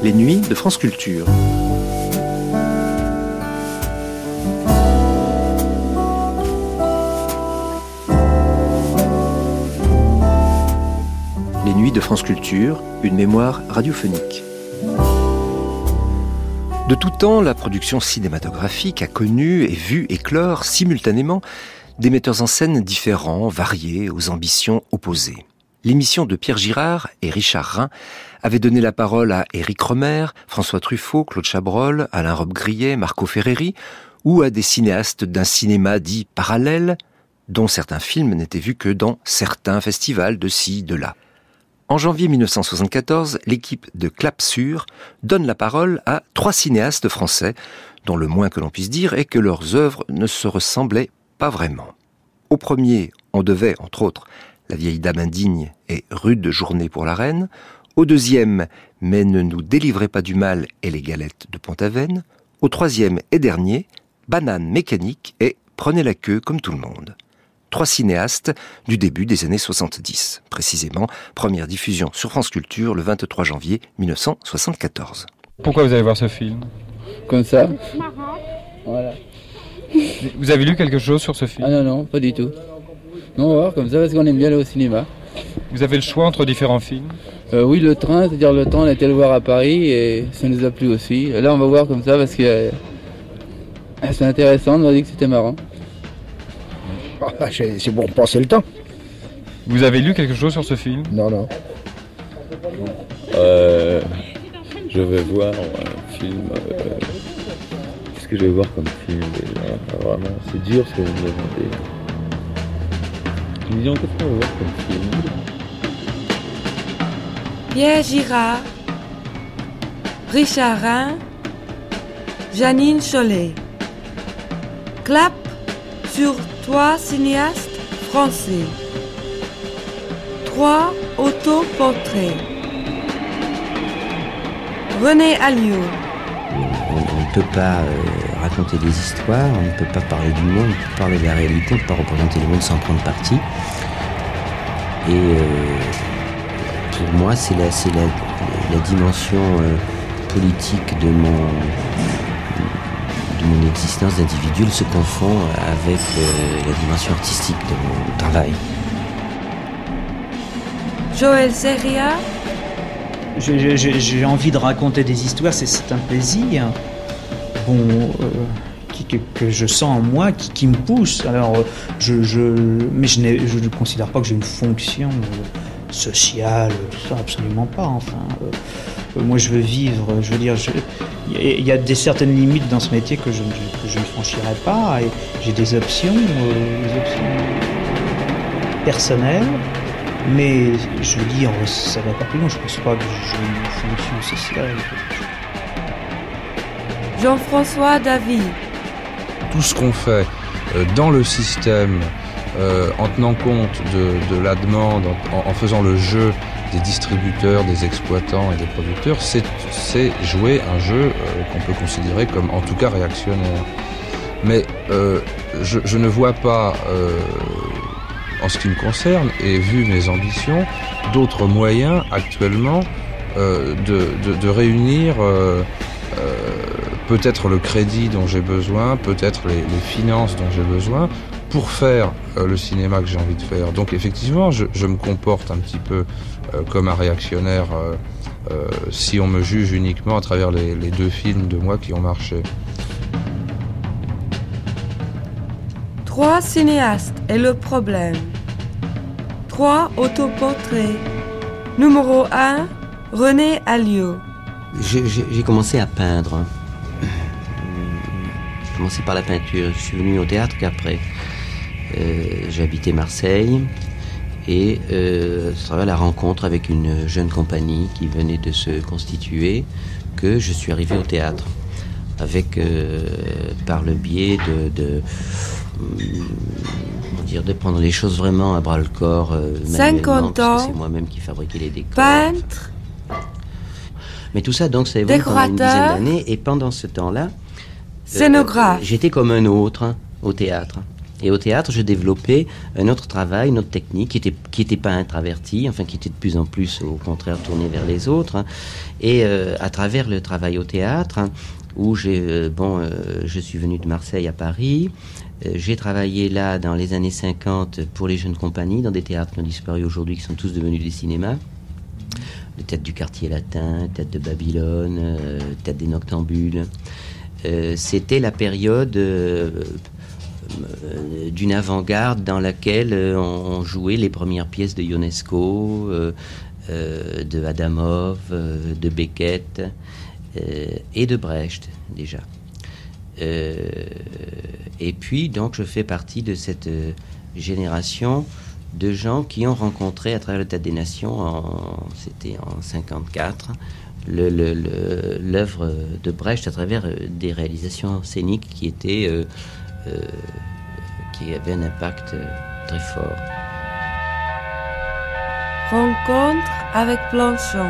Les nuits de France Culture. Les nuits de France Culture, une mémoire radiophonique. De tout temps, la production cinématographique a connu et vu éclore simultanément des metteurs en scène différents, variés, aux ambitions opposées. L'émission de Pierre Girard et Richard Rhin avait donné la parole à Éric Rohmer, François Truffaut, Claude Chabrol, Alain Robbe-Grillet, Marco Ferreri, ou à des cinéastes d'un cinéma dit parallèle, dont certains films n'étaient vus que dans certains festivals de ci, de là. En janvier 1974, l'équipe de Clap Sur donne la parole à 3 cinéastes français, dont le moins que l'on puisse dire est que leurs œuvres ne se ressemblaient pas vraiment. Au premier, on devait, entre autres, La vieille dame indigne et Rude journée pour la reine. Au deuxième, Mais ne nous délivrez pas du mal et les galettes de Pont-Aven. Au troisième et dernier, Banane mécanique et Prenez la queue comme tout le monde. 3 cinéastes du début des années 70. Précisément, première diffusion sur France Culture le 23 janvier 1974. Pourquoi vous allez voir ce film ? Comme ça. Voilà. Vous avez lu quelque chose sur ce film ? Ah non, pas du tout. Non, on va voir comme ça parce qu'on aime bien aller au cinéma. Vous avez le choix entre différents films ? Oui, Le Train, c'est-à-dire Le Temps, on a été le voir à Paris et ça nous a plu aussi. Là, on va voir comme ça parce que c'est intéressant, on m'a dit que c'était marrant. C'est pour passer le temps. Vous avez lu quelque chose sur ce film ? Non. Je vais voir un film. Qu'est-ce que je vais voir comme film déjà ? Vraiment, c'est dur ce que vous me demandez. Disons, qu'est-ce qu'on va voir comme film ? Pierre Girard, Richard Rhin, Janine Chollet. Clap sur 3 cinéastes français. 3 autoportraits. René Alliot. On ne peut pas raconter des histoires, on ne peut pas parler du monde, on peut parler de la réalité, on ne peut pas représenter le monde sans prendre parti. Et pour moi, c'est la dimension politique de mon existence d'individu se confond avec la dimension artistique de mon travail. Joël Seria. J'ai envie de raconter des histoires, c'est un plaisir que je sens en moi, qui me pousse. Alors, mais je ne considère pas que j'ai une fonction sociale, tout ça, absolument pas. Enfin, moi, je veux vivre. Je veux dire, il y a certaines limites dans ce métier que je ne franchirai pas. Et j'ai des options personnelles. Mais je veux dire, ça va pas plus loin. Je pense pas que j'ai une fonction sociale. Jean-François David. Tout ce qu'on fait dans le système, en tenant compte de la demande, en faisant le jeu des distributeurs, des exploitants et des producteurs, c'est jouer un jeu qu'on peut considérer comme en tout cas réactionnaire. Mais je ne vois pas, en ce qui me concerne, et vu mes ambitions, d'autres moyens actuellement de réunir peut-être le crédit dont j'ai besoin, peut-être les finances dont j'ai besoin, pour faire le cinéma que j'ai envie de faire. Donc effectivement, je me comporte un petit peu comme un réactionnaire si on me juge uniquement à travers les 2 films de moi qui ont marché. 3 cinéastes est le problème. 3 autoportraits. Numéro 1, René Alliot. J'ai commencé à peindre. J'ai commencé par la peinture. Je suis venu au théâtre qu'après. J'ai habité Marseille et c'est à la rencontre avec une jeune compagnie qui venait de se constituer que je suis arrivé au théâtre avec par le biais de prendre les choses vraiment à bras le corps 50 ans, c'est moi-même qui fabriquais les décors. Peintre. Mais tout ça, donc, ça évolue pendant une dizaine d'années. Et pendant ce temps-là, scénographe. J'étais comme un autre au théâtre. Et au théâtre, je développais un autre travail, une autre technique qui était pas introvertie, enfin qui était de plus en plus, au contraire, tournée vers les autres. Et à travers le travail au théâtre, où je suis venu de Marseille à Paris. J'ai travaillé là dans les années 50 pour les jeunes compagnies, dans des théâtres qui ont disparu aujourd'hui, qui sont tous devenus des cinémas. Le théâtre du Quartier Latin, le théâtre de Babylone, le théâtre des Noctambules. C'était la période d'une avant-garde dans laquelle on jouait les premières pièces de Ionesco, de Adamov, de Beckett et de Brecht déjà. Et puis donc je fais partie de cette génération de gens qui ont rencontré à travers le Théâtre des Nations, c'était en 54, l'œuvre de Brecht à travers des réalisations scéniques qui avaient un impact très fort. Rencontre avec Planchon.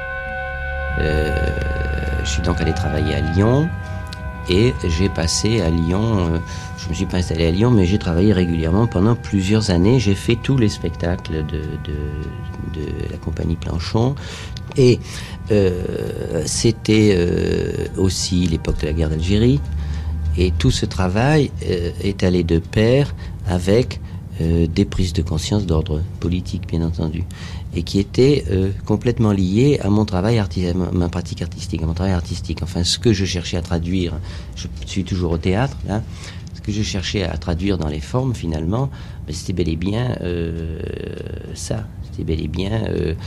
Je suis donc allé travailler à Lyon et j'ai passé à Lyon, je ne me suis pas installé à Lyon, mais j'ai travaillé régulièrement pendant plusieurs années. J'ai fait tous les spectacles de la compagnie Planchon et c'était aussi l'époque de la guerre d'Algérie et tout ce travail est allé de pair avec des prises de conscience d'ordre politique, bien entendu, et qui étaient complètement liées à mon travail artistique, à ma pratique artistique, à mon travail artistique. Enfin, ce que je cherchais à traduire, je suis toujours au théâtre, là, ce que je cherchais à traduire dans les formes, finalement, c'était bel et bien ça. C'était bel et bien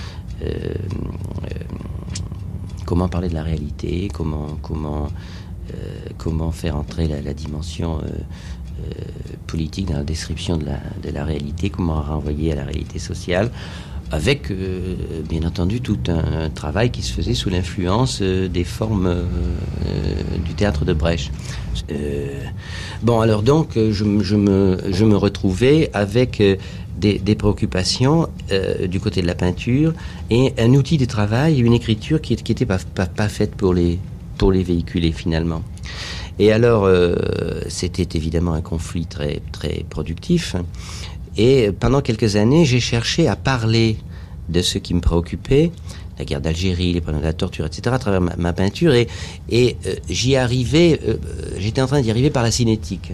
comment parler de la réalité, comment faire entrer la dimension politique dans la description de la réalité, comment renvoyer à la réalité sociale, avec bien entendu tout un travail qui se faisait sous l'influence des formes du théâtre de Brecht. Alors donc je me retrouvais avec des préoccupations du côté de la peinture et un outil de travail, une écriture qui était pas faite pour les véhiculer finalement. Et alors, c'était évidemment un conflit très, très productif. Et pendant quelques années, j'ai cherché à parler de ce qui me préoccupait, la guerre d'Algérie, les problèmes de la torture, etc., à travers ma peinture. Et j'y arrivais, j'étais en train d'y arriver par la cinétique.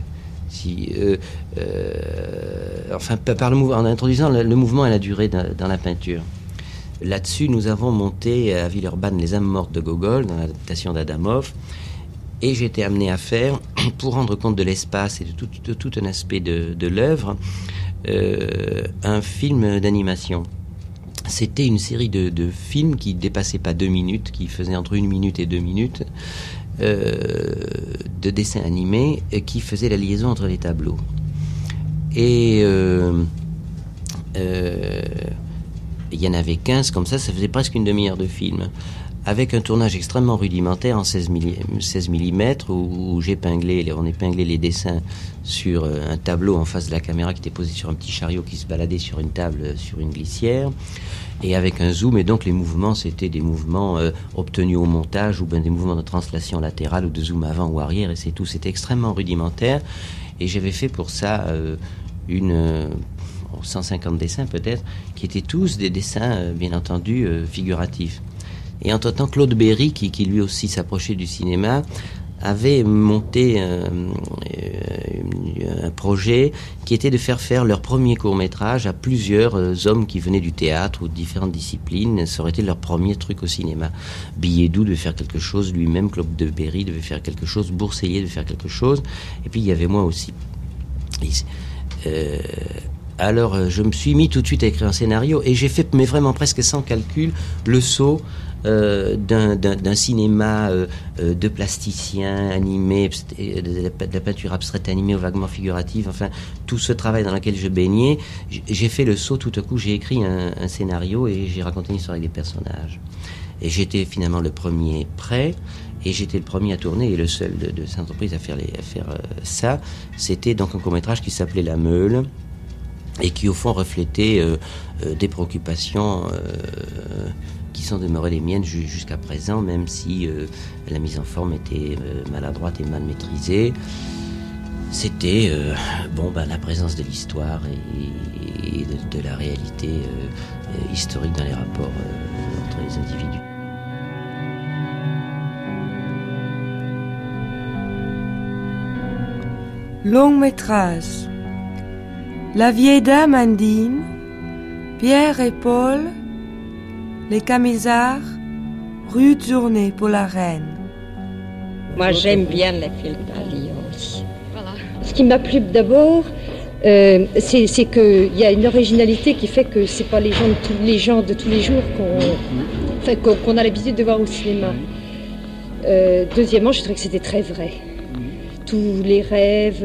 Par le mouvement, en introduisant le mouvement et la durée dans la peinture. Là-dessus, nous avons monté à Villeurbanne Les âmes mortes de Gogol, dans l'adaptation d'Adamov. Et j'ai été amené à faire, pour rendre compte de l'espace et de tout un aspect de l'œuvre, un film d'animation. C'était une série de films qui ne dépassaient pas 2 minutes, qui faisaient entre 1 minute et 2 minutes, de dessins animés qui faisaient la liaison entre les tableaux. Et il y en avait 15 comme ça faisait presque une demi-heure de film. Avec un tournage extrêmement rudimentaire en 16 mm où on épinglait les dessins sur un tableau en face de la caméra qui était posé sur un petit chariot qui se baladait sur une table, sur une glissière, et avec un zoom. Et donc les mouvements, c'était des mouvements obtenus au montage ou bien des mouvements de translation latérale ou de zoom avant ou arrière, et c'est tout. C'était extrêmement rudimentaire et j'avais fait pour ça 150 dessins peut-être, qui étaient tous des dessins bien entendu figuratifs. Et entre-temps, Claude Berry, qui lui aussi s'approchait du cinéma, avait monté un projet qui était de faire leur premier court-métrage à plusieurs hommes qui venaient du théâtre ou de différentes disciplines. Ça aurait été leur premier truc au cinéma. Billedou devait faire quelque chose, lui-même, Claude Berry devait faire quelque chose, Bourseillet devait faire quelque chose, et puis il y avait moi aussi. Alors je me suis mis tout de suite à écrire un scénario et j'ai fait, mais vraiment presque sans calcul, le saut d'un cinéma de plasticiens animés, de la peinture abstraite animée ou vaguement figurative, enfin tout ce travail dans lequel je baignais, j'ai fait le saut. Tout à coup j'ai écrit un scénario et j'ai raconté une histoire avec des personnages. Et j'étais finalement le premier prêt, et j'étais le premier à tourner et le seul de cette entreprise à faire ça. C'était donc un court-métrage qui s'appelait La Meule, et qui au fond reflétait des préoccupations qui sont demeurées les miennes jusqu'à présent, même si la mise en forme était maladroite et mal maîtrisée. c'était la présence de l'histoire et de la réalité historique dans les rapports entre les individus. Long métrage. La vieille dame indigne, Pierre et Paul, les camisards, rude journée pour la reine. Moi, j'aime bien les films d'Ali aussi. Voilà. Ce qui m'a plu d'abord, c'est qu'il y a une originalité qui fait que c'est pas les gens de tous les jours qu'on a l'habitude de voir au cinéma. Deuxièmement, je trouvais que c'était très vrai. Tous les rêves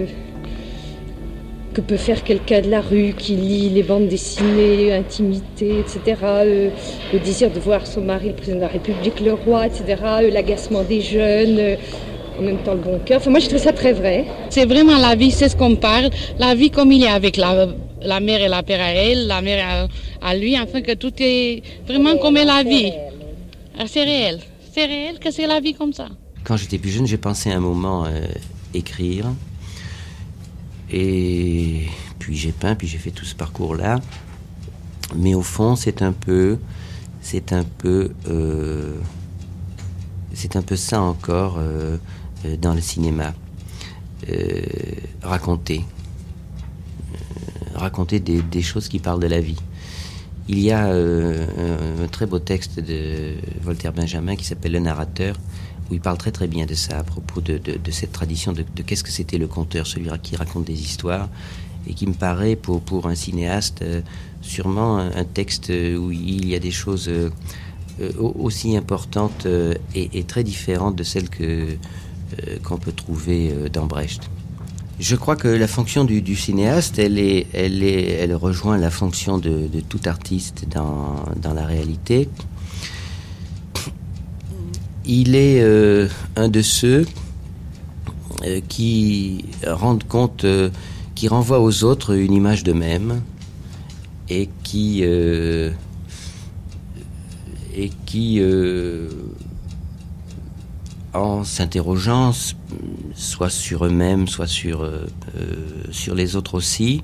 que peut faire quelqu'un de la rue qui lit les bandes dessinées, intimité, etc. Le désir de voir son mari, le président de la République, le roi, etc. L'agacement des jeunes, en même temps le bon cœur. Enfin, moi, je trouve ça très vrai. C'est vraiment la vie, c'est ce qu'on parle. La vie comme il est avec la mère et la père à elle, la mère à lui, enfin que tout est vraiment comme est la vie. C'est réel. C'est réel que c'est la vie comme ça. Quand j'étais plus jeune, j'ai pensé à un moment écrire. Et puis j'ai peint, puis j'ai fait tout ce parcours-là. Mais au fond, c'est un peu ça encore dans le cinéma. Raconter des choses qui parlent de la vie. Il y a un très beau texte de Voltaire Benjamin qui s'appelle Le Narrateur, où il parle très très bien de ça, à propos de cette tradition de qu'est-ce que c'était le conteur, celui qui raconte des histoires, et qui me paraît pour un cinéaste sûrement un texte où il y a des choses aussi importantes et très différentes de celles qu'on peut trouver dans Brecht. Je crois que la fonction du cinéaste, elle rejoint la fonction de tout artiste dans la réalité. Il est un de ceux qui rendent compte, qui renvoient aux autres une image d'eux-mêmes et qui en s'interrogeant soit sur eux-mêmes, soit sur les autres aussi,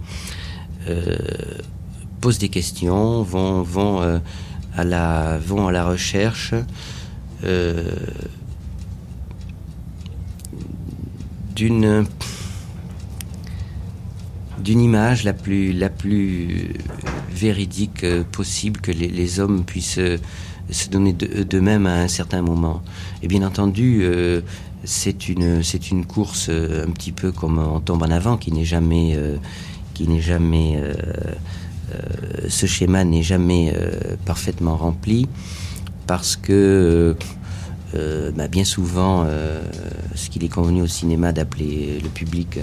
posent des questions, vont à la recherche d'une image la plus véridique possible que les hommes puissent se donner d'eux-mêmes à un certain moment. Et bien entendu, c'est une course un petit peu comme on tombe en avant, ce schéma n'est jamais parfaitement rempli, parce que bien souvent, ce qu'il est convenu au cinéma d'appeler le public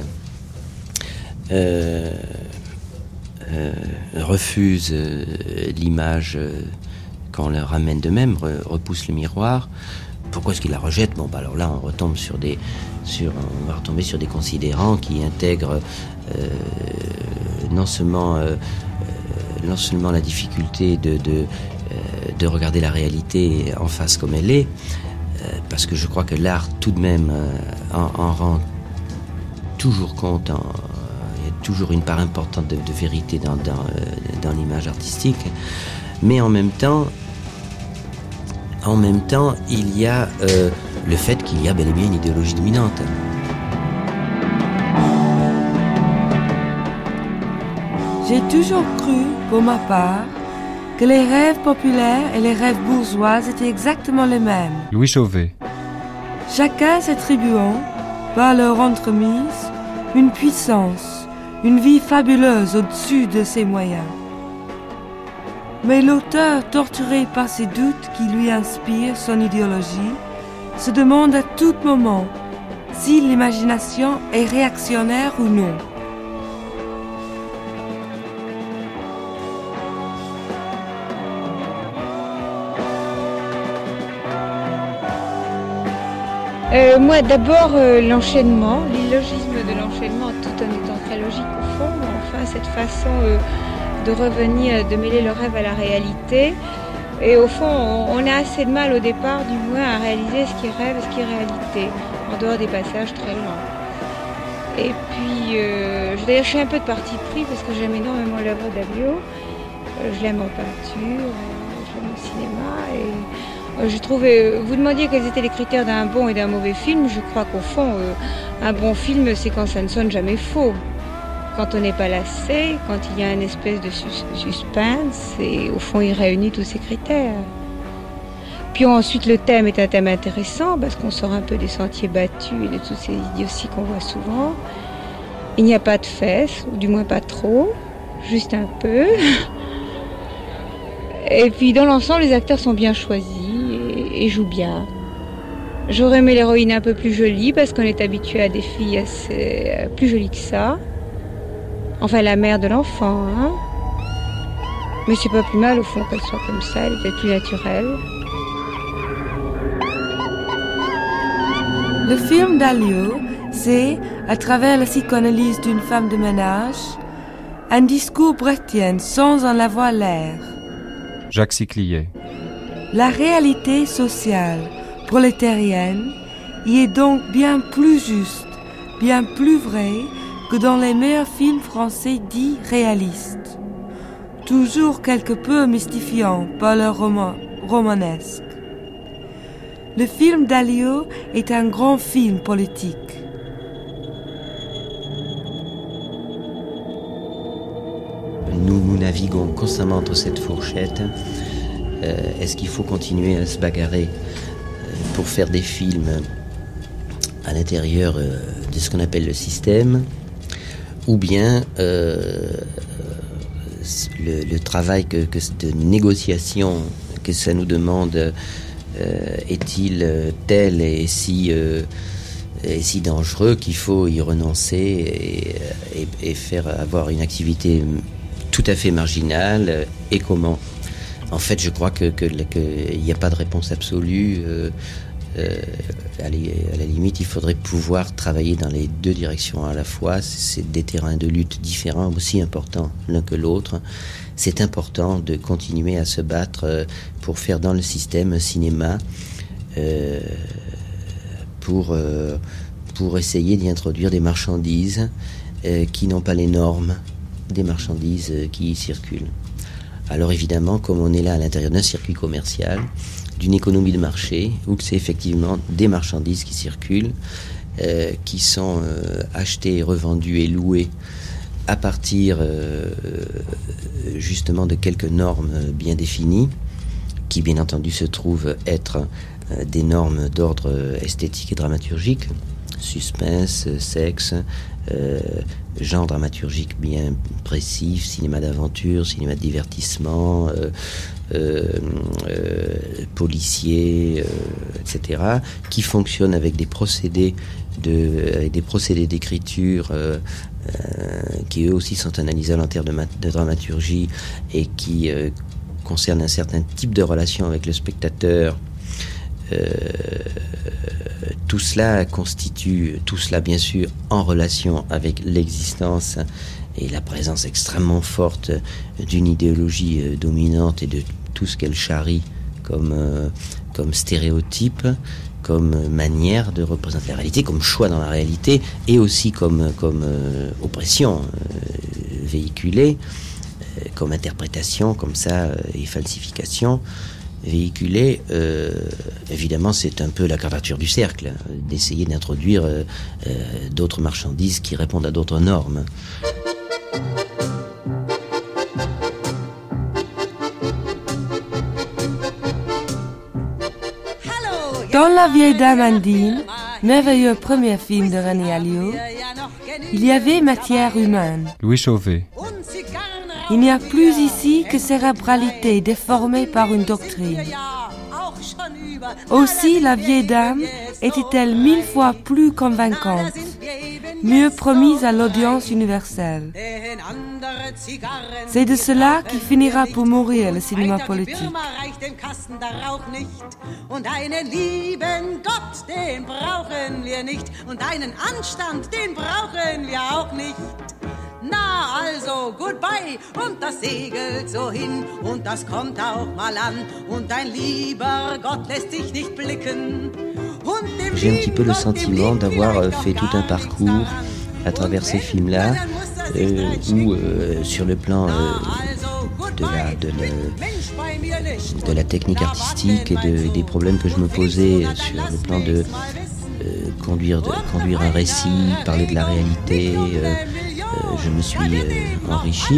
refuse l'image quand on la ramène d'eux-mêmes, repousse le miroir. Pourquoi est-ce qu'ils la rejettent ? Alors là, on va retomber sur des considérants qui intègrent non seulement la difficulté de regarder la réalité en face comme elle est, parce que je crois que l'art tout de même en rend toujours compte, il y a toujours une part importante de vérité dans l'image artistique, mais en même temps il y a le fait qu'il y a bel et bien une idéologie dominante. J'ai toujours cru, pour ma part, que les rêves populaires et les rêves bourgeois étaient exactement les mêmes. Louis Chauvet. Chacun s'attribuant, par leur entremise, une puissance, une vie fabuleuse au-dessus de ses moyens. Mais l'auteur, torturé par ces doutes qui lui inspirent son idéologie, se demande à tout moment si l'imagination est réactionnaire ou non. Moi, d'abord, l'enchaînement, l'illogisme de l'enchaînement, tout en étant très logique au fond, mais enfin, cette façon de revenir, de mêler le rêve à la réalité. Et au fond, on a assez de mal au départ, du moins, à réaliser ce qui est rêve et ce qui est réalité, en dehors des passages très lents. Et puis, je suis un peu de parti pris parce que j'aime énormément l'œuvre d'Alliot. Je l'aime en peinture, je l'aime au cinéma. Et je trouve, vous demandiez quels étaient les critères d'un bon et d'un mauvais film. Je crois qu'au fond, un bon film, c'est quand ça ne sonne jamais faux. Quand on n'est pas lassé, quand il y a une espèce de suspense, et au fond, il réunit tous ces critères. Puis ensuite, le thème est un thème intéressant parce qu'on sort un peu des sentiers battus et de toutes ces idioties qu'on voit souvent. Il n'y a pas de fesses, ou du moins pas trop, juste un peu. Et puis dans l'ensemble, les acteurs sont bien choisis et jouent bien. J'aurais aimé l'héroïne un peu plus jolie parce qu'on est habitué à des filles assez plus jolies que ça. Enfin, la mère de l'enfant, hein. Mais c'est pas plus mal au fond qu'elle soit comme ça, elle est peut-être plus naturelle. Le film d'Alliot, c'est, à travers la psychanalyse d'une femme de ménage, un discours brechtien sans en avoir l'air. Jacques Siclier. La réalité sociale, prolétarienne, y est donc bien plus juste, bien plus vraie que dans les meilleurs films français dits réalistes, toujours quelque peu mystifiants par leur romanesque. Le film d'Alliot est un grand film politique. Nous naviguons constamment entre cette fourchette. Est-ce qu'il faut continuer à se bagarrer pour faire des films à l'intérieur de ce qu'on appelle le système, ou bien le travail de négociation que ça nous demande est-il tel et si dangereux qu'il faut y renoncer et faire avoir une activité tout à fait marginale, et comment? En fait, je crois qu'il n'y a pas de réponse absolue. À la limite, il faudrait pouvoir travailler dans les deux directions à la fois. C'est des terrains de lutte différents, aussi importants l'un que l'autre. C'est important de continuer à se battre pour faire dans le système cinéma, pour essayer d'y introduire des marchandises qui n'ont pas les normes des marchandises qui y circulent. Alors évidemment, comme on est là à l'intérieur d'un circuit commercial, d'une économie de marché, où c'est effectivement des marchandises qui circulent, qui sont achetées, revendues et louées à partir justement de quelques normes bien définies, qui bien entendu se trouvent être des normes d'ordre esthétique et dramaturgique, suspense, sexe, genre dramaturgique bien précis, cinéma d'aventure, cinéma de divertissement, policier, etc., qui fonctionnent avec des procédés d'écriture qui eux aussi sont analysés en termes de dramaturgie et qui concernent un certain type de relation avec le spectateur. Tout cela bien sûr en relation avec l'existence et la présence extrêmement forte d'une idéologie dominante et de tout ce qu'elle charrie comme stéréotype, comme manière de représenter la réalité, comme choix dans la réalité, et aussi comme oppression véhiculée, comme interprétation, comme ça, et falsification véhiculée. Évidemment, c'est un peu la quadrature du cercle, d'essayer d'introduire d'autres marchandises qui répondent à d'autres normes. Dans La vieille dame Andine, merveilleux premier film de René Alliot, il y avait matière humaine. Louis Chauvet. Il n'y a plus ici que cérébralité déformée par une doctrine. Aussi, la vieille dame était-elle 1000 fois plus convaincante, mieux promise à l'audience universelle. C'est de cela qui finira pour mourir le cinéma politique. Und einen lieben Gott, den brauchen wir nicht. Und einen Anstand, den brauchen wir auch nicht. Na also, goodbye, und das segelt so hin, und das kommt auch mal an, und dein lieber Gott lässt sich nicht blicken. J'ai un petit peu le sentiment d'avoir fait tout un parcours à travers ces films-là, où sur le plan de la technique artistique et des problèmes que je me posais sur le plan de conduire un récit, parler de la réalité, je me suis enrichi.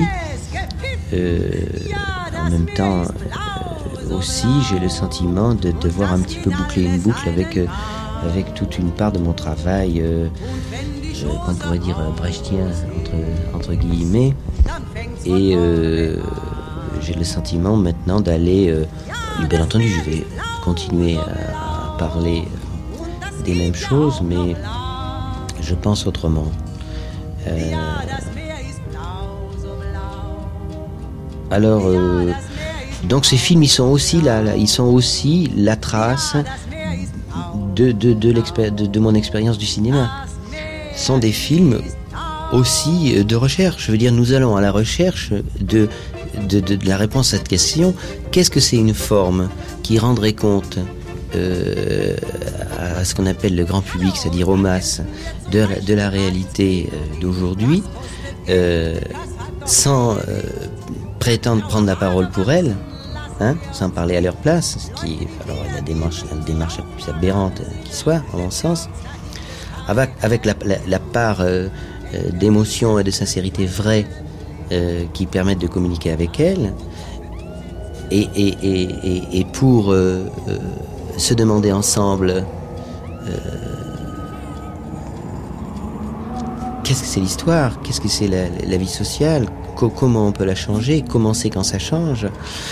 En même temps, aussi, j'ai le sentiment de devoir un petit peu boucler une boucle avec toute une part de mon travail, qu'on pourrait dire brechtien, entre guillemets. Et j'ai le sentiment maintenant d'aller... bien entendu, je vais continuer à parler des mêmes choses, mais je pense autrement. Alors, donc ces films, ils sont aussi la trace de mon expérience du cinéma. Ce sont des films aussi de recherche. Je veux dire, nous allons à la recherche de la réponse à cette question. Qu'est-ce que c'est une forme qui rendrait compte à ce qu'on appelle le grand public, c'est-à-dire aux masses, de la réalité d'aujourd'hui, sans prétendre prendre la parole pour elle, sans parler à leur place, alors la démarche la plus aberrante qui soit, en mon sens, avec la part d'émotion et de sincérité vraie qui permettent de communiquer avec elle, et pour se demander ensemble qu'est-ce que c'est l'histoire, qu'est-ce que c'est la vie sociale, comment on peut la changer, comment c'est quand ça change,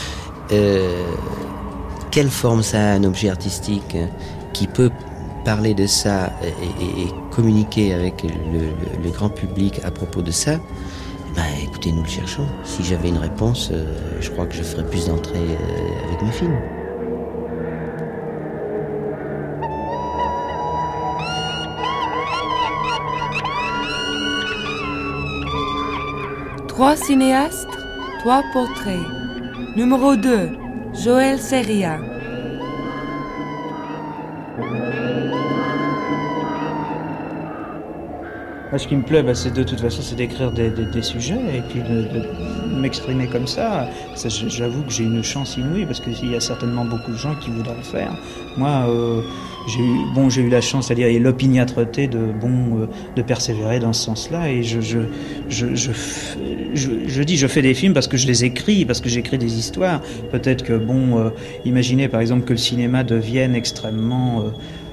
quelle forme ça a un objet artistique qui peut parler de ça et communiquer avec le grand public à propos de ça. Écoutez, nous le cherchons. Si j'avais une réponse, je crois que je ferais plus d'entrées avec mes films. Trois cinéastes, trois portraits. Numéro 2, Joël Seria. Ce qui me plaît, c'est de toute façon, c'est d'écrire des sujets et puis de m'exprimer comme ça. J'avoue que j'ai une chance inouïe parce qu'il y a certainement beaucoup de gens qui voudraient le faire. Moi, j'ai eu la chance, c'est-à-dire l'opiniâtreté de persévérer dans ce sens-là. Et je fais des films parce que je les écris, parce que j'écris des histoires. Peut-être que imaginez par exemple que le cinéma devienne extrêmement,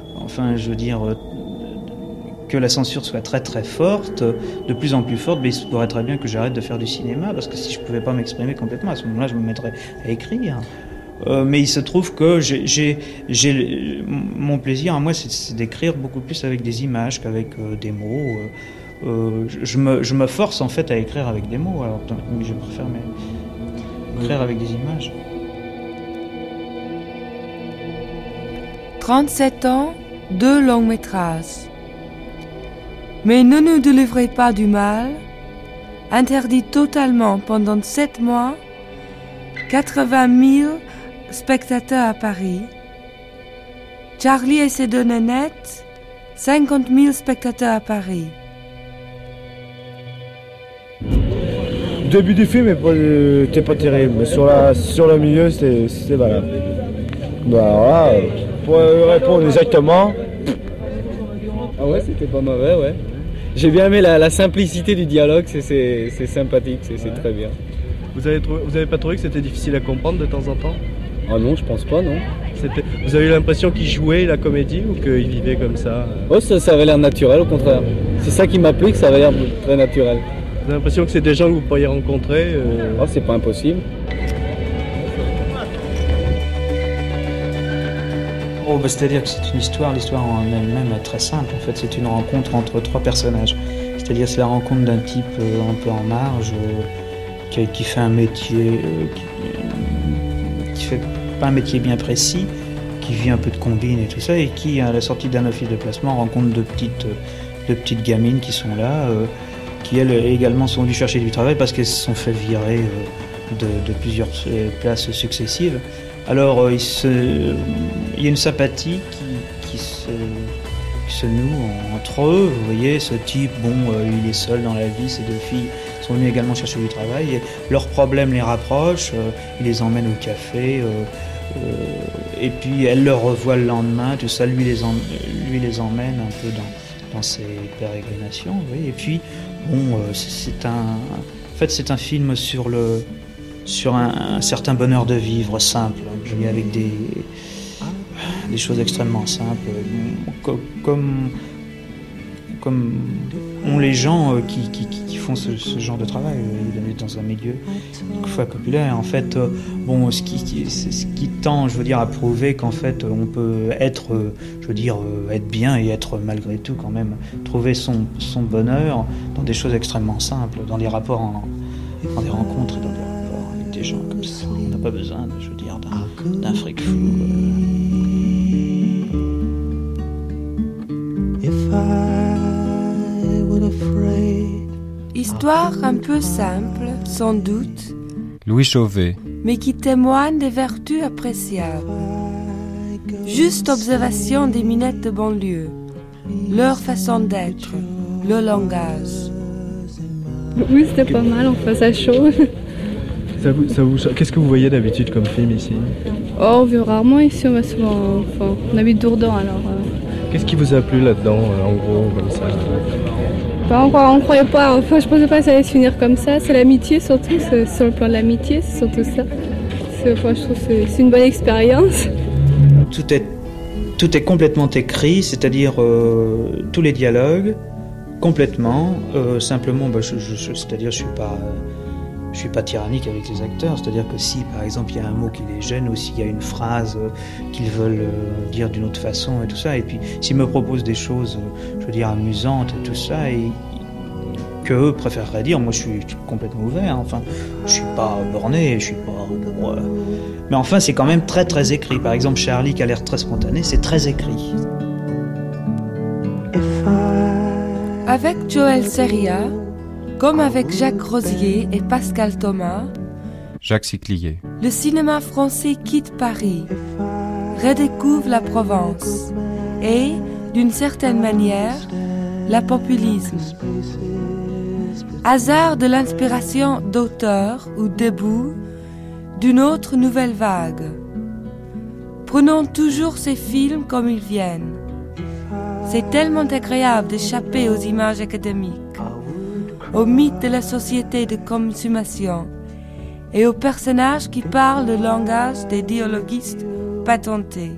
que la censure soit très très forte, de plus en plus forte, mais il se pourrait très bien que j'arrête de faire du cinéma, parce que si je ne pouvais pas m'exprimer complètement, à ce moment-là, je me mettrais à écrire. Mais il se trouve que mon plaisir à moi, c'est d'écrire beaucoup plus avec des images qu'avec des mots. Je me force en fait à écrire avec des mots, alors mais je préfère écrire avec des images. 37 ans, 2 longs métrages. Mais ne nous délivrez pas du mal, interdit totalement pendant 7 mois, 80 000 spectateurs à Paris. Charlie et ses 2 nénettes, 50 000 spectateurs à Paris. Le début du film n'était pas terrible, mais sur le milieu, c'était valable. Voilà, pour répondre exactement... Ah ouais, c'était pas mauvais, ouais. J'ai bien aimé la simplicité du dialogue, c'est sympathique, c'est très bien. Vous avez pas trouvé que c'était difficile à comprendre de temps en temps? Ah non, je pense pas, non. Vous avez eu l'impression qu'il jouait la comédie ou qu'il vivait comme ça? Oh, ça avait l'air naturel, au contraire. C'est ça qui m'a plu, que ça avait l'air très naturel. Vous avez l'impression que c'est des gens que vous pourriez rencontrer? Oh, c'est pas impossible. C'est-à-dire que c'est une histoire, l'histoire en elle-même est très simple. En fait, c'est une rencontre entre 3 personnages. C'est-à-dire c'est la rencontre d'un type un peu en marge, qui fait un métier, qui fait pas un métier bien précis, qui vit un peu de combine et tout ça, et qui, à la sortie d'un office de placement, rencontre deux petites gamines qui sont là, qui elles également sont venues chercher du travail parce qu'elles se sont fait virer de plusieurs places successives. Alors il y a une sympathie se noue entre eux. Vous voyez, ce type, il est seul dans la vie, ses 2 filles sont venues également chercher du travail, et leurs problèmes les rapprochent, il les emmène au café, et puis elle le revoit le lendemain, tout ça, lui les emmène un peu dans ses pérégrinations, vous voyez. Et puis, c'est un film sur un certain bonheur de vivre simple, avec des choses extrêmement simples, comme ont les gens qui font ce genre de travail dans un milieu quelquefois populaire. En fait, ce qui tend, à prouver qu'en fait on peut être bien et être malgré tout quand même trouver son bonheur dans des choses extrêmement simples, dans des rapports, dans des rencontres et dans des rapports avec des gens comme ça. On n'a pas besoin, d'un fric fou. Histoire un peu simple, sans doute, Louis Chauvet, mais qui témoigne des vertus appréciables. Juste observation des minettes de banlieue, leur façon d'être, leur langage. Oui, c'était pas mal, enfin ça chaud. Qu'est-ce que vous voyez d'habitude comme film ici? On vient rarement ici, on va souvent... on habite Dourdan alors... Qu'est-ce qui vous a plu là-dedans, en gros, comme ça? On ne croyait pas, je pensais pas que ça allait se finir comme ça. C'est l'amitié surtout, sur le plan de l'amitié, c'est surtout ça. Je trouve que c'est une bonne expérience. Tout est complètement écrit, c'est-à-dire tous les dialogues, complètement. Simplement, c'est-à-dire je suis pas tyrannique avec les acteurs, c'est-à-dire que si par exemple il y a un mot qui les gêne ou s'il y a une phrase qu'ils veulent dire d'une autre façon et tout ça, et puis s'ils me proposent des choses amusantes et tout ça, et que eux préféreraient dire, moi je suis complètement ouvert, je suis pas borné, je suis pas... mais enfin c'est quand même très très écrit. Par exemple Charlie qui a l'air très spontané, c'est très écrit. Avec Joël Seria, comme avec Jacques Rosier et Pascal Thomas, Jacques Siclier, le cinéma français quitte Paris, redécouvre la Provence et, d'une certaine manière, la populisme. Hasard de l'inspiration d'auteurs ou debout d'une autre nouvelle vague. Prenons toujours ces films comme ils viennent. C'est tellement agréable d'échapper aux images académiques, au mythe de la société de consommation et aux personnages qui parlent le langage des dialoguistes patentés.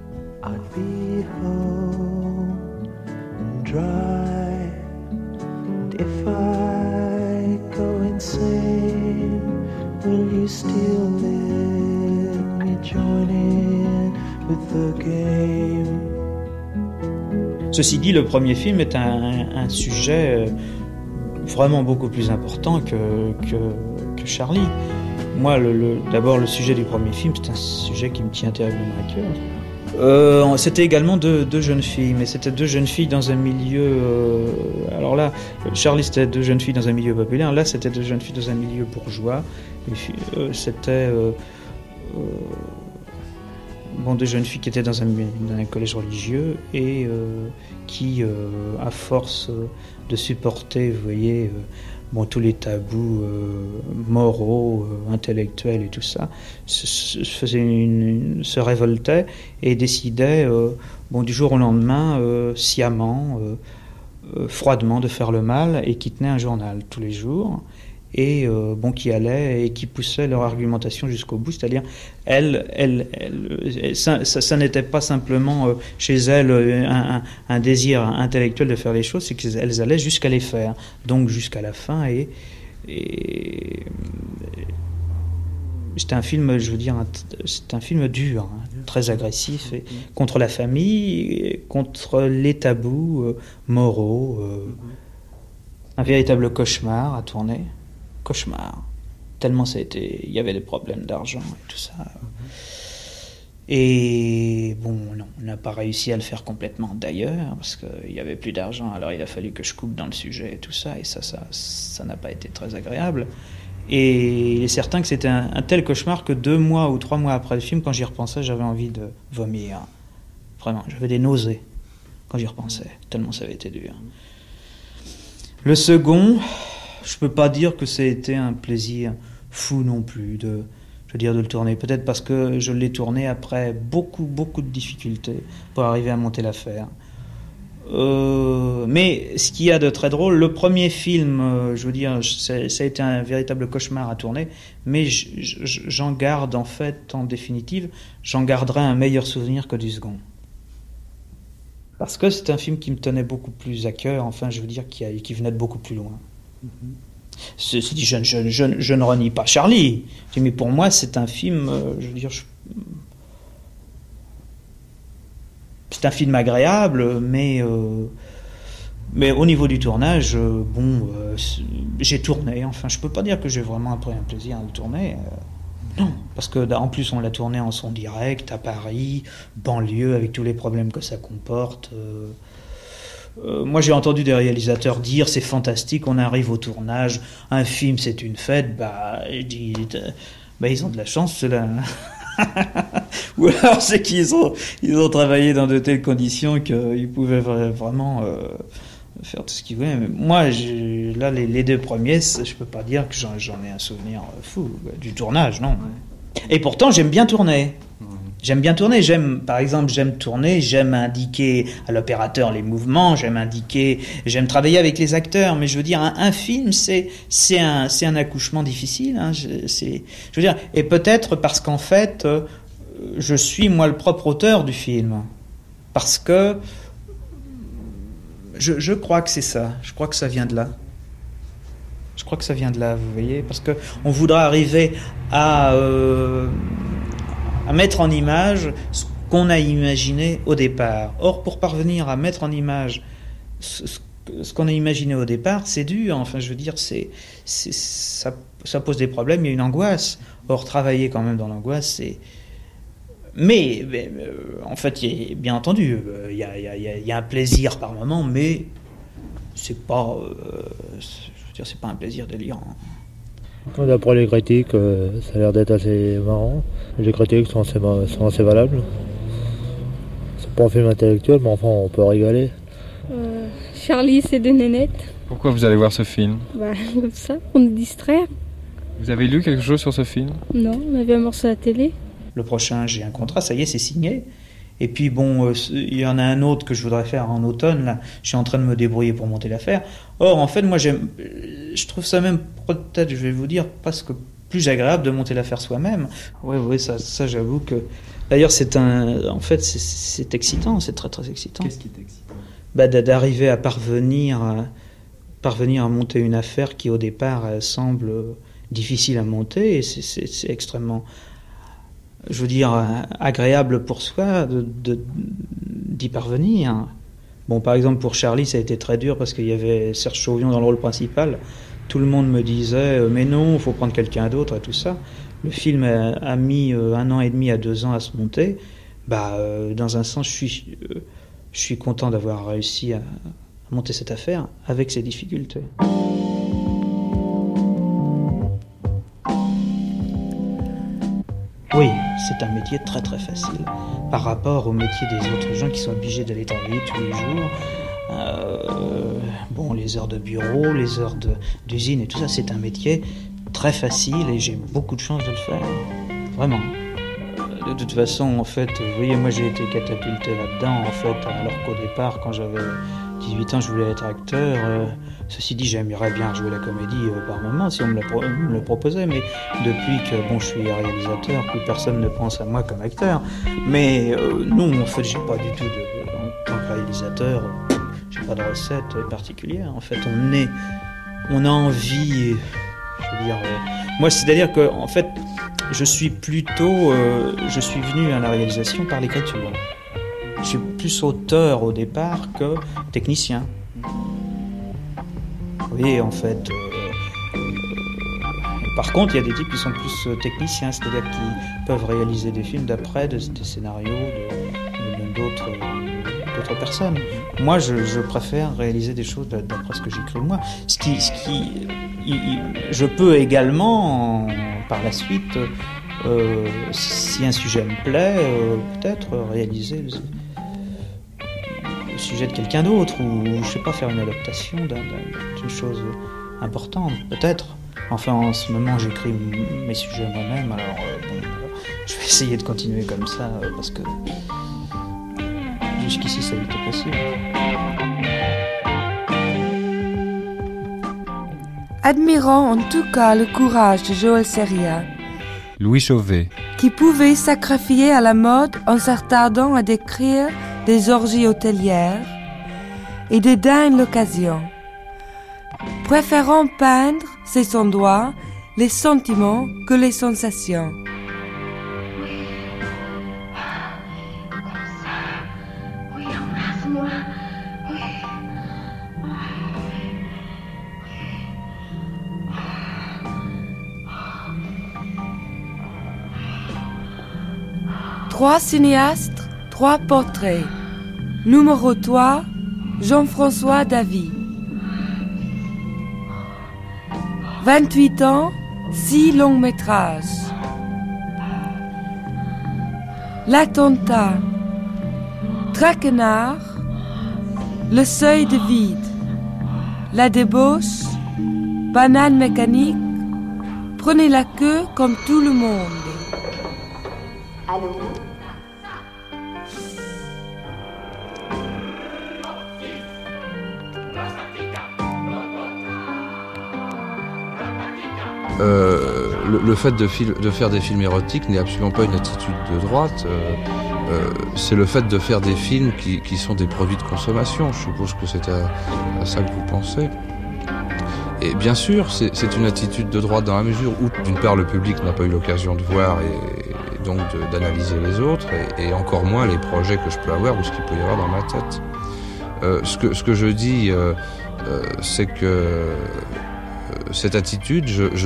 Ceci dit, le premier film est un sujet vraiment beaucoup plus important que Charlie. Moi, d'abord, le sujet du premier film, c'est un sujet qui me tient terriblement à cœur. C'était également deux jeunes filles, mais c'était 2 jeunes filles dans un milieu... alors là, Charlie, c'était 2 jeunes filles dans un milieu populaire. Là, c'était 2 jeunes filles dans un milieu bourgeois. C'était... 2 jeunes filles qui étaient dans un collège religieux et qui, à force de supporter, vous voyez, tous les tabous moraux, intellectuels et tout ça, se révoltaient et décidaient, du jour au lendemain, sciemment, froidement, de faire le mal, et qui tenaient un journal tous les jours. Et qui allaient et qui poussaient leur argumentation jusqu'au bout, c'est-à-dire ça n'était pas simplement chez elles un désir intellectuel de faire les choses, c'est qu'elles allaient jusqu'à les faire, donc jusqu'à la fin, et c'était un film, c'est un film dur, très agressif, et contre la famille, contre les tabous moraux, un véritable cauchemar à tourner. Cauchemar, tellement il y avait des problèmes d'argent et tout ça. Et non, on n'a pas réussi à le faire complètement d'ailleurs, parce qu'il n'y avait plus d'argent, alors il a fallu que je coupe dans le sujet et tout ça, et ça n'a pas été très agréable. Et il est certain que c'était un tel cauchemar que 2 mois ou 3 mois après le film, quand j'y repensais, j'avais envie de vomir. Vraiment, j'avais des nausées. quand j'y repensais, tellement ça avait été dur. Le second, je peux pas dire que ça a été un plaisir fou non plus de le tourner. Peut-être parce que je l'ai tourné après beaucoup de difficultés pour arriver à monter l'affaire. Mais ce qu'il y a de très drôle, le premier film, ça a été un véritable cauchemar à tourner, mais j'en garde en fait, en définitive, j'en garderai un meilleur souvenir que du second. Parce que c'est un film qui me tenait beaucoup plus à cœur, qui venait de beaucoup plus loin. Ceci dit, je ne renie pas Charlie, mais pour moi c'est un film, c'est un film agréable, mais au niveau du tournage, j'ai tourné. Enfin, je peux pas dire que j'ai vraiment pris un plaisir à le tourner. Non, parce que en plus on l'a tourné en son direct à Paris, banlieue, avec tous les problèmes que ça comporte. Moi, j'ai entendu des réalisateurs dire c'est fantastique, on arrive au tournage, un film c'est une fête. Ils ont de la chance, ceux-là. Ou alors c'est qu'ils ont travaillé dans de telles conditions qu'ils pouvaient vraiment faire tout ce qu'ils voulaient. Mais moi, là, les deux premiers, je peux pas dire que j'en ai un souvenir fou du tournage, non. Ouais. Et pourtant, j'aime bien tourner. J'aime bien tourner. Par exemple, j'aime tourner, j'aime indiquer à l'opérateur les mouvements, j'aime travailler avec les acteurs. Mais je veux dire, un film, c'est un accouchement difficile. Hein, et peut-être parce qu'en fait, je suis moi le propre auteur du film, parce que je crois que c'est ça. Je crois que ça vient de là. Vous voyez, parce que on voudra arriver à mettre en image ce qu'on a imaginé au départ. Or, pour parvenir à mettre en image ce qu'on a imaginé au départ, c'est dur. Enfin, je veux dire, ça pose des problèmes, il y a une angoisse. Or, travailler quand même dans l'angoisse, c'est... Mais en fait, bien entendu, il y a un plaisir par moment, mais c'est pas... c'est pas un plaisir délirant. D'après les critiques, ça a l'air d'être assez marrant. Les critiques sont assez valables. C'est pas un film intellectuel, mais enfin, on peut rigoler. Charlie, c'est des nénettes. Pourquoi vous allez voir ce film ? Comme ça, pour nous distraire. Vous avez lu quelque chose sur ce film ? Non, on a vu un morceau à la télé. Le prochain, j'ai un contrat, ça y est, c'est signé. Et puis il y en a un autre que je voudrais faire en automne, là. Je suis en train de me débrouiller pour monter l'affaire. Or, en fait, moi, je trouve ça même, peut-être, je vais vous dire, presque plus agréable de monter l'affaire soi-même. Oui, ça j'avoue que... D'ailleurs, en fait, c'est excitant, c'est très, très excitant. Qu'est-ce qui est excitant ? D'arriver à parvenir à monter une affaire qui, au départ, semble difficile à monter, et c'est extrêmement... je veux dire, agréable pour soi d'y parvenir. Bon, par exemple, pour Charlie, ça a été très dur parce qu'il y avait Serge Chauvion dans le rôle principal. Tout le monde me disait « mais non, il faut prendre quelqu'un d'autre » et tout ça. Le film a mis 1 an et demi à 2 ans à se monter. Dans un sens, je suis content d'avoir réussi à monter cette affaire avec ses difficultés. Oui, c'est un métier très très facile par rapport au métier des autres gens qui sont obligés d'aller travailler tous les jours. Les heures de bureau, les heures d'usine et tout ça, c'est un métier très facile et j'ai beaucoup de chance de le faire. Vraiment. De toute façon, en fait, vous voyez, moi j'ai été catapulté là-dedans, en fait, alors qu'au départ, quand j'avais 18 ans, je voulais être acteur. Ceci dit, j'aimerais bien jouer la comédie par moment, si on me le proposait, mais depuis que je suis réalisateur, plus personne ne pense à moi comme acteur. Mais non, en fait, j'ai pas du tout en tant que réalisateur, j'ai pas de recette particulière. En fait, on a envie, je veux dire... moi, c'est-à-dire que, en fait, je suis venu à la réalisation par l'écriture. Je suis plus auteur au départ que technicien. Vous voyez, en fait... par contre, il y a des types qui sont plus techniciens, c'est-à-dire qui peuvent réaliser des films d'après, des scénarios d'autres personnes. Moi, je préfère réaliser des choses d'après ce que j'écris moi. Je peux également, par la suite, si un sujet me plaît, peut-être réaliser sujet de quelqu'un d'autre, ou je sais pas, faire une adaptation d'une chose importante, peut-être. Enfin, en ce moment, j'écris mes sujets moi-même, alors je vais essayer de continuer comme ça, parce que jusqu'ici, ça a été possible. Admirons en tout cas le courage de Joël Seria, Louis Chauvet, qui pouvait sacrifier à la mode en s'attardant à décrire des orgies hôtelières et dédaigne l'occasion, préférant peindre, c'est son droit, les sentiments que les sensations. Trois cinéastes, trois portraits. Numéro 3, Jean-François Davy. 28 ans, 6 longs métrages. L'attentat, Traquenard, Le seuil de vide, La débauche, Banane mécanique, Prenez la queue comme tout le monde. Allô? Le fait de faire des films érotiques n'est absolument pas une attitude de droite. C'est le fait de faire des films qui sont des produits de consommation. Je suppose que c'est à ça que vous pensez. Et bien sûr, c'est une attitude de droite dans la mesure où, d'une part, le public n'a pas eu l'occasion de voir et donc d'analyser les autres, et encore moins les projets que je peux avoir ou ce qu'il peut y avoir dans ma tête. Ce que je dis, c'est que cette attitude, je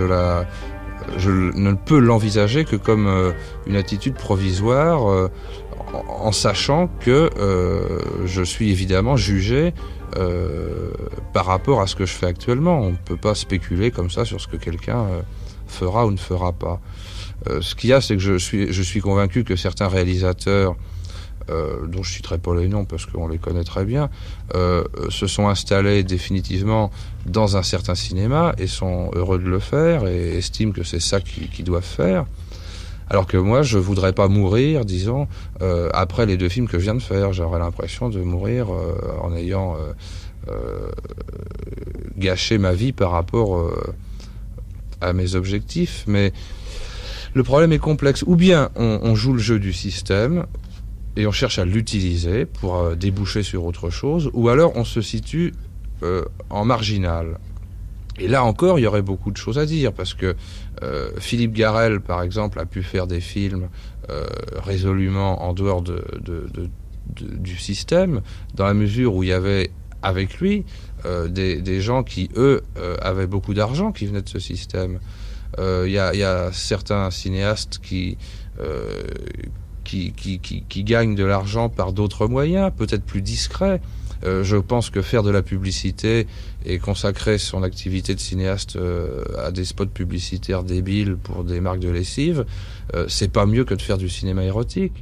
ne peux l'envisager que comme une attitude provisoire, en sachant que je suis évidemment jugé par rapport à ce que je fais actuellement. On ne peut pas spéculer comme ça sur ce que quelqu'un fera ou ne fera pas. Ce qu'il y a, c'est que je suis convaincu que certains réalisateurs, dont je ne citerai pas les noms parce qu'on les connaît très bien, se sont installés définitivement dans un certain cinéma et sont heureux de le faire et estiment que c'est ça qu'ils doivent faire. Alors que moi, je ne voudrais pas mourir, disons, après les 2 films que je viens de faire. J'aurais l'impression de mourir en ayant gâché ma vie par rapport à mes objectifs. Mais le problème est complexe. Ou bien on joue le jeu du système et on cherche à l'utiliser pour déboucher sur autre chose, ou alors on se situe en marginal. Et là encore, il y aurait beaucoup de choses à dire, parce que Philippe Garrel, par exemple, a pu faire des films résolument en dehors du système, dans la mesure où il y avait avec lui des gens qui, eux, avaient beaucoup d'argent, qui venaient de ce système. Il y a certains cinéastes qui gagnent de l'argent par d'autres moyens, peut-être plus discrets. Je pense que faire de la publicité et consacrer son activité de cinéaste à des spots publicitaires débiles pour des marques de lessive, c'est pas mieux que de faire du cinéma érotique.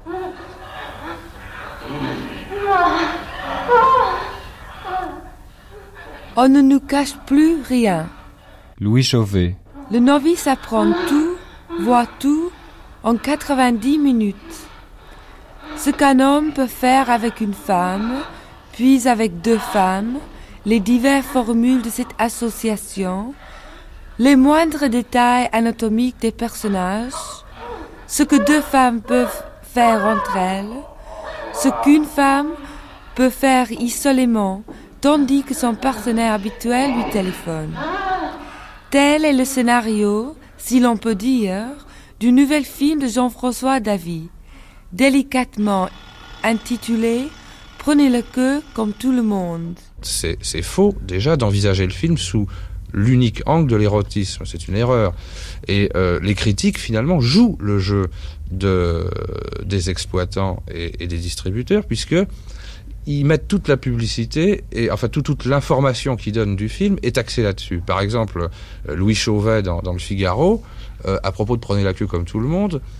On ne nous cache plus rien. Louis Chauvet. Le novice apprend tout, voit tout, en 90 minutes. Ce qu'un homme peut faire avec une femme, puis avec 2 femmes, les diverses formules de cette association, les moindres détails anatomiques des personnages, ce que 2 femmes peuvent faire entre elles, ce qu'une femme peut faire isolément, tandis que son partenaire habituel lui téléphone. Tel est le scénario, si l'on peut dire, du nouvel film de Jean-François Davy, délicatement intitulé « Prenez le queue comme tout le monde ». C'est faux, déjà, d'envisager le film sous l'unique angle de l'érotisme. C'est une erreur. Et les critiques, finalement, jouent le jeu des exploitants et des distributeurs, puisque ils mettent toute la publicité, et enfin toute l'information qu'ils donnent du film est axée là-dessus. Par exemple, Louis Chauvet dans Le Figaro, à propos de Prenez la queue comme tout le monde,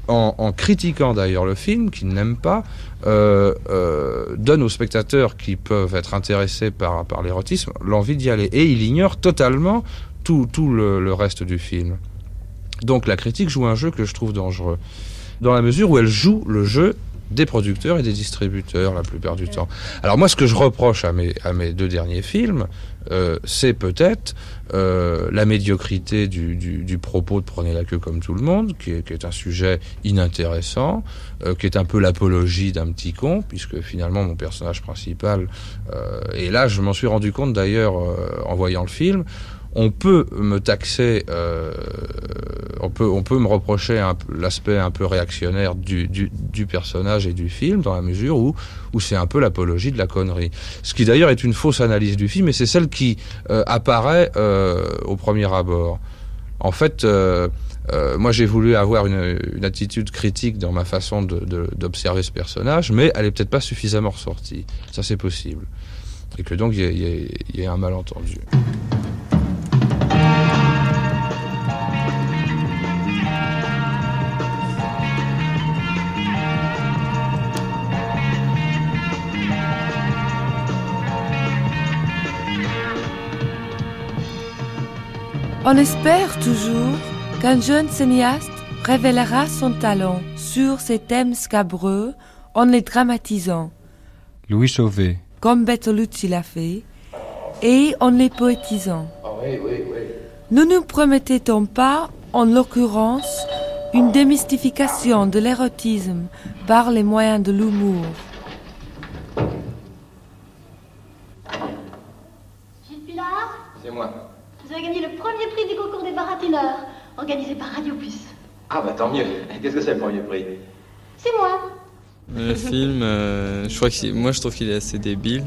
en critiquant d'ailleurs le film, qu'il n'aime pas, donne aux spectateurs qui peuvent être intéressés par l'érotisme l'envie d'y aller. Et il ignore totalement tout le reste du film. Donc la critique joue un jeu que je trouve dangereux, dans la mesure où elle joue le jeu des producteurs et des distributeurs la plupart du temps. Alors moi, ce que je reproche à mes deux derniers films, c'est peut-être la médiocrité du propos de Prenez la queue comme tout le monde, qui est un sujet inintéressant, qui est un peu l'apologie d'un petit con, puisque finalement mon personnage principal, et là je m'en suis rendu compte d'ailleurs en voyant le film, on peut me taxer, on peut me reprocher l'aspect un peu réactionnaire du personnage et du film, dans la mesure où c'est un peu l'apologie de la connerie. Ce qui d'ailleurs est une fausse analyse du film, et c'est celle qui apparaît au premier abord. En fait, moi j'ai voulu avoir une attitude critique dans ma façon d'observer ce personnage, mais elle est peut-être pas suffisamment ressortie. Ça, c'est possible. Et que donc il y a un malentendu. On espère toujours qu'un jeune cinéaste révélera son talent sur ces thèmes scabreux en les dramatisant. Louis Chauvet. Comme Bertolucci l'a fait, et en les poétisant. Oui. Ne nous promettait-on pas, en l'occurrence, une démystification de l'érotisme par les moyens de l'humour? Gilles Pilard, C'est moi. vous avez gagné le premier prix du concours des baratineurs, organisé par Radio Plus. Ah bah tant mieux. Qu'est-ce que c'est le premier prix? C'est moi. Le film, je trouve qu'il est assez débile.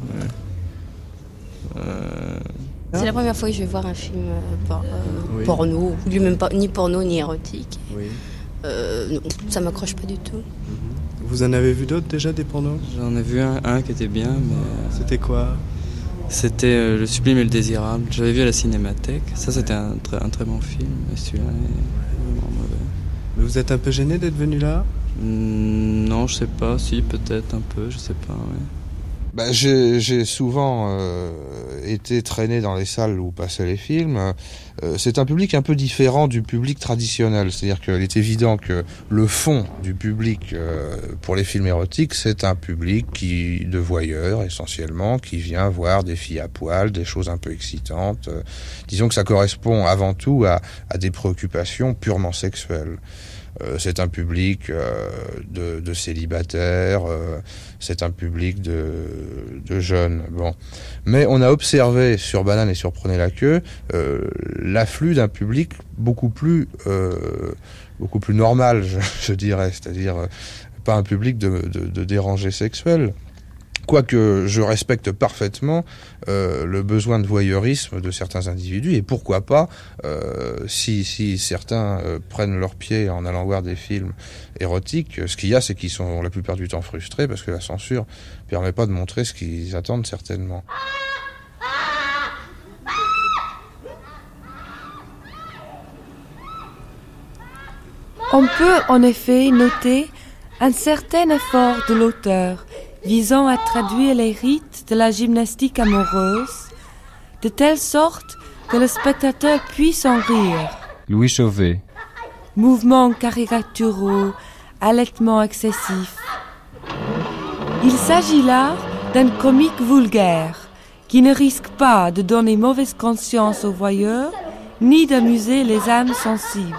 C'est la première fois que je vais voir un film porno, ou même pas ni porno ni érotique. Oui. Non, ça m'accroche pas du tout. Vous en avez vu d'autres déjà, des pornos? J'en ai vu un qui était bien, mais... C'était quoi? C'était Le Sublime et le Désirable. J'avais vu à la Cinémathèque. Ça, c'était un très bon film. Et celui-là est vraiment mauvais. Mais vous êtes un peu gêné d'être venu là? Non, je sais pas. Si, peut-être un peu, je sais pas, ouais. J'ai souvent été traîné dans les salles où passaient les films. C'est un public un peu différent du public traditionnel. C'est-à-dire qu'il est évident que le fond du public pour les films érotiques, c'est un public de voyeurs essentiellement, qui vient voir des filles à poil, des choses un peu excitantes. Disons que ça correspond avant tout à des préoccupations purement sexuelles. C'est un public de célibataires, c'est un public de jeunes. Bon, mais on a observé sur Banane et sur Prenez la queue l'afflux d'un public beaucoup plus normal, je dirais, c'est-à-dire pas un public de dérangés sexuels. Quoique je respecte parfaitement le besoin de voyeurisme de certains individus, et pourquoi pas, si certains prennent leur pied en allant voir des films érotiques, ce qu'il y a, c'est qu'ils sont la plupart du temps frustrés, parce que la censure ne permet pas de montrer ce qu'ils attendent certainement. On peut en effet noter un certain effort de l'auteur visant à traduire les rites de la gymnastique amoureuse, de telle sorte que le spectateur puisse en rire. Louis Chauvet. Mouvements caricaturaux, allaitements excessifs. Il s'agit là d'un comique vulgaire qui ne risque pas de donner mauvaise conscience aux voyeurs ni d'amuser les âmes sensibles.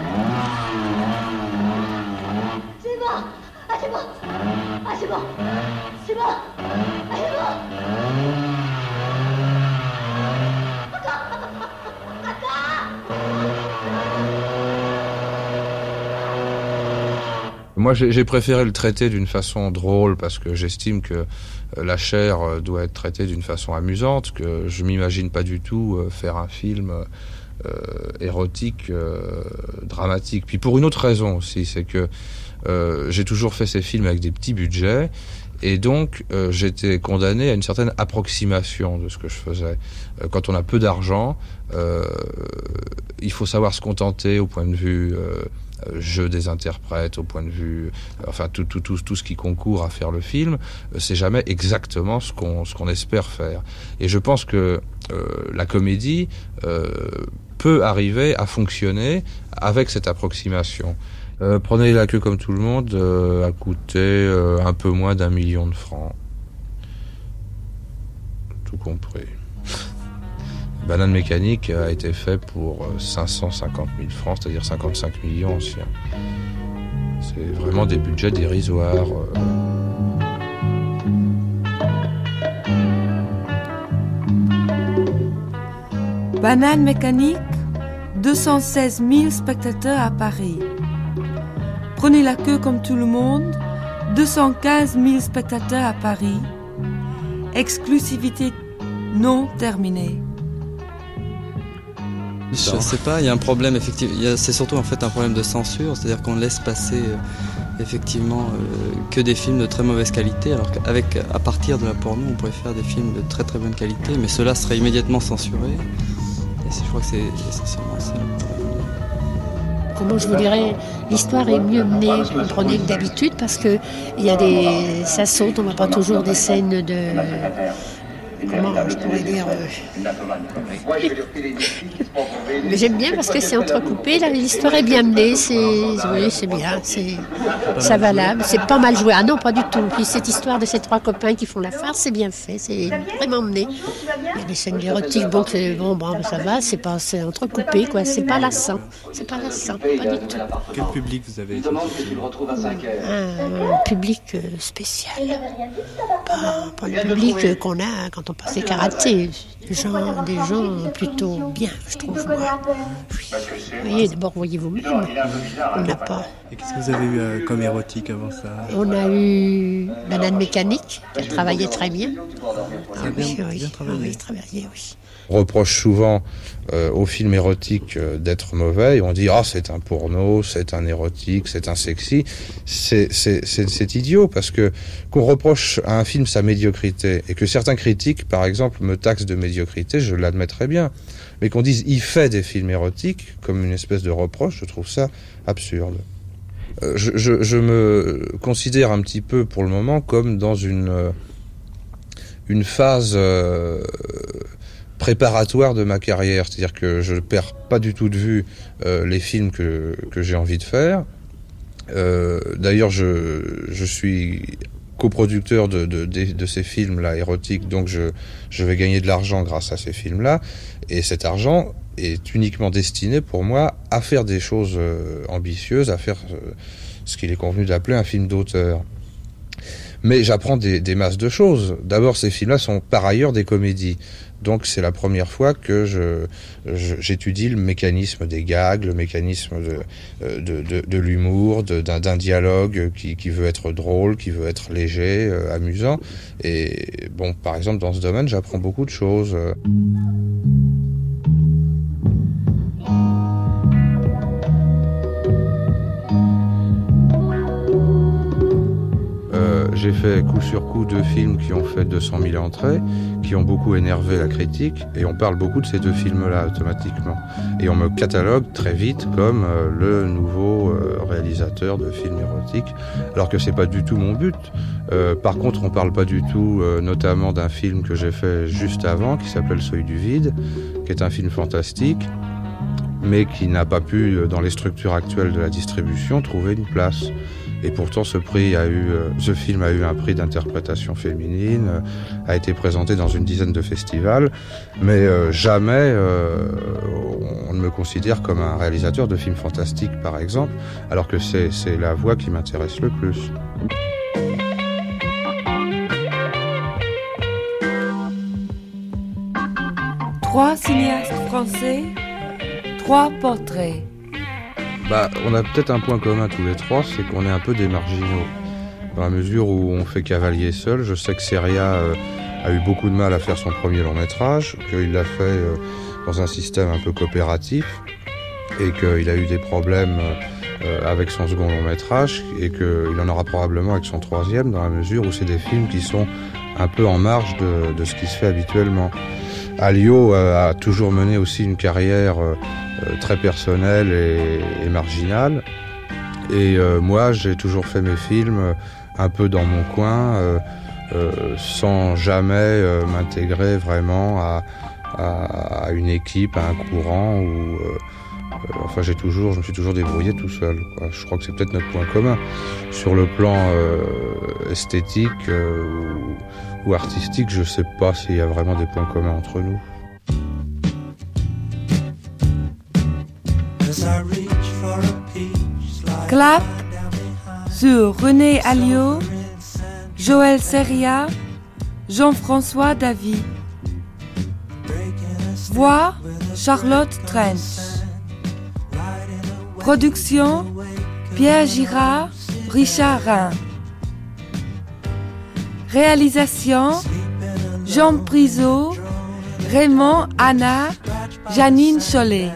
Moi, j'ai préféré le traiter d'une façon drôle parce que j'estime que la chair doit être traitée d'une façon amusante, que je m'imagine pas du tout faire un film érotique, dramatique. Puis pour une autre raison aussi, c'est que j'ai toujours fait ces films avec des petits budgets, et donc j'étais condamné à une certaine approximation de ce que je faisais. Quand on a peu d'argent, il faut savoir se contenter au point de vue jeu des interprètes, au point de vue, enfin tout ce qui concourt à faire le film, c'est jamais exactement ce qu'on espère faire. Et je pense que la comédie peut arriver à fonctionner avec cette approximation. Prenez La queue comme tout le monde a coûté un peu moins d'1 million de francs. Tout compris. Banane mécanique a été fait pour 550 000 francs, c'est-à-dire 55 millions anciens. C'est vraiment des budgets dérisoires. Banane mécanique, 216 000 spectateurs à Paris. Prenez la queue comme tout le monde, 215 000 spectateurs à Paris. Exclusivité non terminée. Je sais pas, il y a un problème effectivement. C'est surtout en fait un problème de censure, c'est-à-dire qu'on laisse passer effectivement que des films de très mauvaise qualité, alors qu'à partir de la porno, on pourrait faire des films de très très bonne qualité, mais cela serait immédiatement censuré. Et je crois que c'est essentiellement ça. Comment je vous dirais, l'histoire est mieux menée, comprenez, que d'habitude, parce que ça saute, on n'a pas toujours des scènes de... Comment je pourrais dire Mais j'aime bien parce que c'est entrecoupé, l'histoire est bien menée, c'est bien, c'est valable, c'est pas mal joué. Ah non, pas du tout. Puis cette histoire de ces trois copains qui font la farce, c'est bien fait, c'est vraiment mené. Il y a des scènes érotiques, ça va, c'est entrecoupé, quoi. C'est pas lassant, pas du tout. Quel public vous avez? Un public spécial. Pas le public qu'on a quand on passe les karatés. Des gens plutôt bien, je trouve, moi. Oui. Vous voyez, d'abord, voyez vous-même, on n'a pas... Et qu'est-ce que vous avez eu comme érotique avant ça? On a eu Banane mécanique, qui a travaillé très bien. Bien travaillé. Oui. On reproche souvent aux films érotiques d'être mauvais, et on dit « Ah, c'est un porno, c'est un érotique, c'est un sexy ». C'est idiot, parce que qu'on reproche à un film sa médiocrité, et que certains critiques, par exemple, me taxent de médiocrité, je l'admettrais bien. Mais qu'on dise « Il fait des films érotiques », comme une espèce de reproche, je trouve ça absurde. Je me considère un petit peu, pour le moment, comme dans une phase... préparatoire de ma carrière, c'est-à-dire que je ne perds pas du tout de vue les films que j'ai envie de faire. D'ailleurs, je suis coproducteur de ces films-là érotiques, donc je vais gagner de l'argent grâce à ces films-là, et cet argent est uniquement destiné pour moi à faire des choses ambitieuses, à faire ce qu'il est convenu d'appeler un film d'auteur. Mais j'apprends des masses de choses. D'abord, ces films-là sont par ailleurs des comédies. Donc c'est la première fois que j'étudie le mécanisme des gags, le mécanisme de l'humour, d'un dialogue qui veut être drôle, qui veut être léger, amusant. Et bon, par exemple, dans ce domaine, j'apprends beaucoup de choses. J'ai fait coup sur coup 2 films qui ont fait 200 000 entrées, qui ont beaucoup énervé la critique, et on parle beaucoup de ces 2 films-là automatiquement. Et on me catalogue très vite comme le nouveau réalisateur de films érotiques, alors que c'est pas du tout mon but. Par contre, on parle pas du tout, notamment d'un film que j'ai fait juste avant, qui s'appelle Seuil du vide, qui est un film fantastique, mais qui n'a pas pu, dans les structures actuelles de la distribution, trouver une place. Et pourtant, ce film a eu un prix d'interprétation féminine, a été présenté dans une dizaine de festivals, mais jamais on ne me considère comme un réalisateur de films fantastiques, par exemple, alors que c'est la voie qui m'intéresse le plus. Trois cinéastes français, 3 portraits. On a peut-être un point commun tous les 3, c'est qu'on est un peu des marginaux. Dans la mesure où on fait cavalier seul, je sais que Seria a eu beaucoup de mal à faire son premier long métrage, qu'il l'a fait dans un système un peu coopératif, et qu'il a eu des problèmes avec son second long métrage, et qu'il en aura probablement avec son 3e, dans la mesure où c'est des films qui sont un peu en marge de ce qui se fait habituellement. Alliot a toujours mené aussi une carrière très personnelle et marginale, Et moi, j'ai toujours fait mes films un peu dans mon coin, sans jamais m'intégrer vraiment à une équipe, à un courant. Enfin, je me suis toujours débrouillé tout seul, quoi. Je crois que c'est peut-être notre point commun. Sur le plan esthétique ou artistique, je ne sais pas s'il y a vraiment des points communs entre nous. Clap sur René Alliot, Joël Seria, Jean-François Davy. Voix Charlotte Trench. Production Pierre Girard, Richard Rhin. Réalisation Jean Priseau, Raymond Anna, Janine Chollet.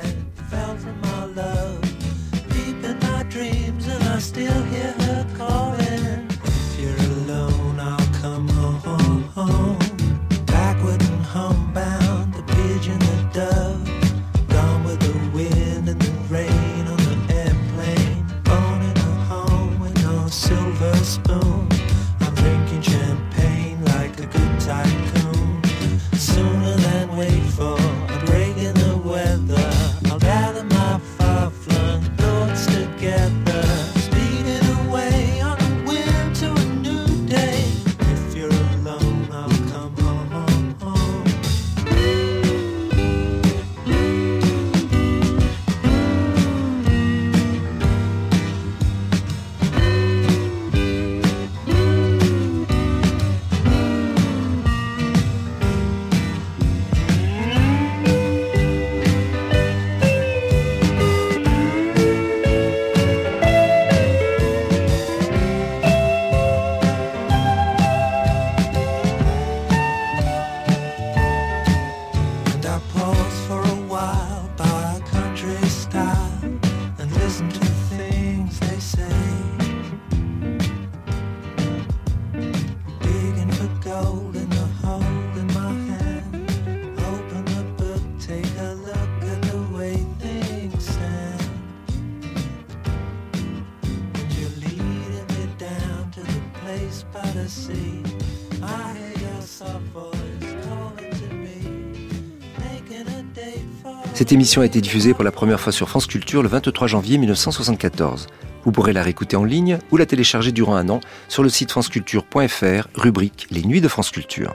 Cette émission a été diffusée pour la première fois sur France Culture le 23 janvier 1974. Vous pourrez la réécouter en ligne ou la télécharger durant un an sur le site franceculture.fr, rubrique Les Nuits de France Culture.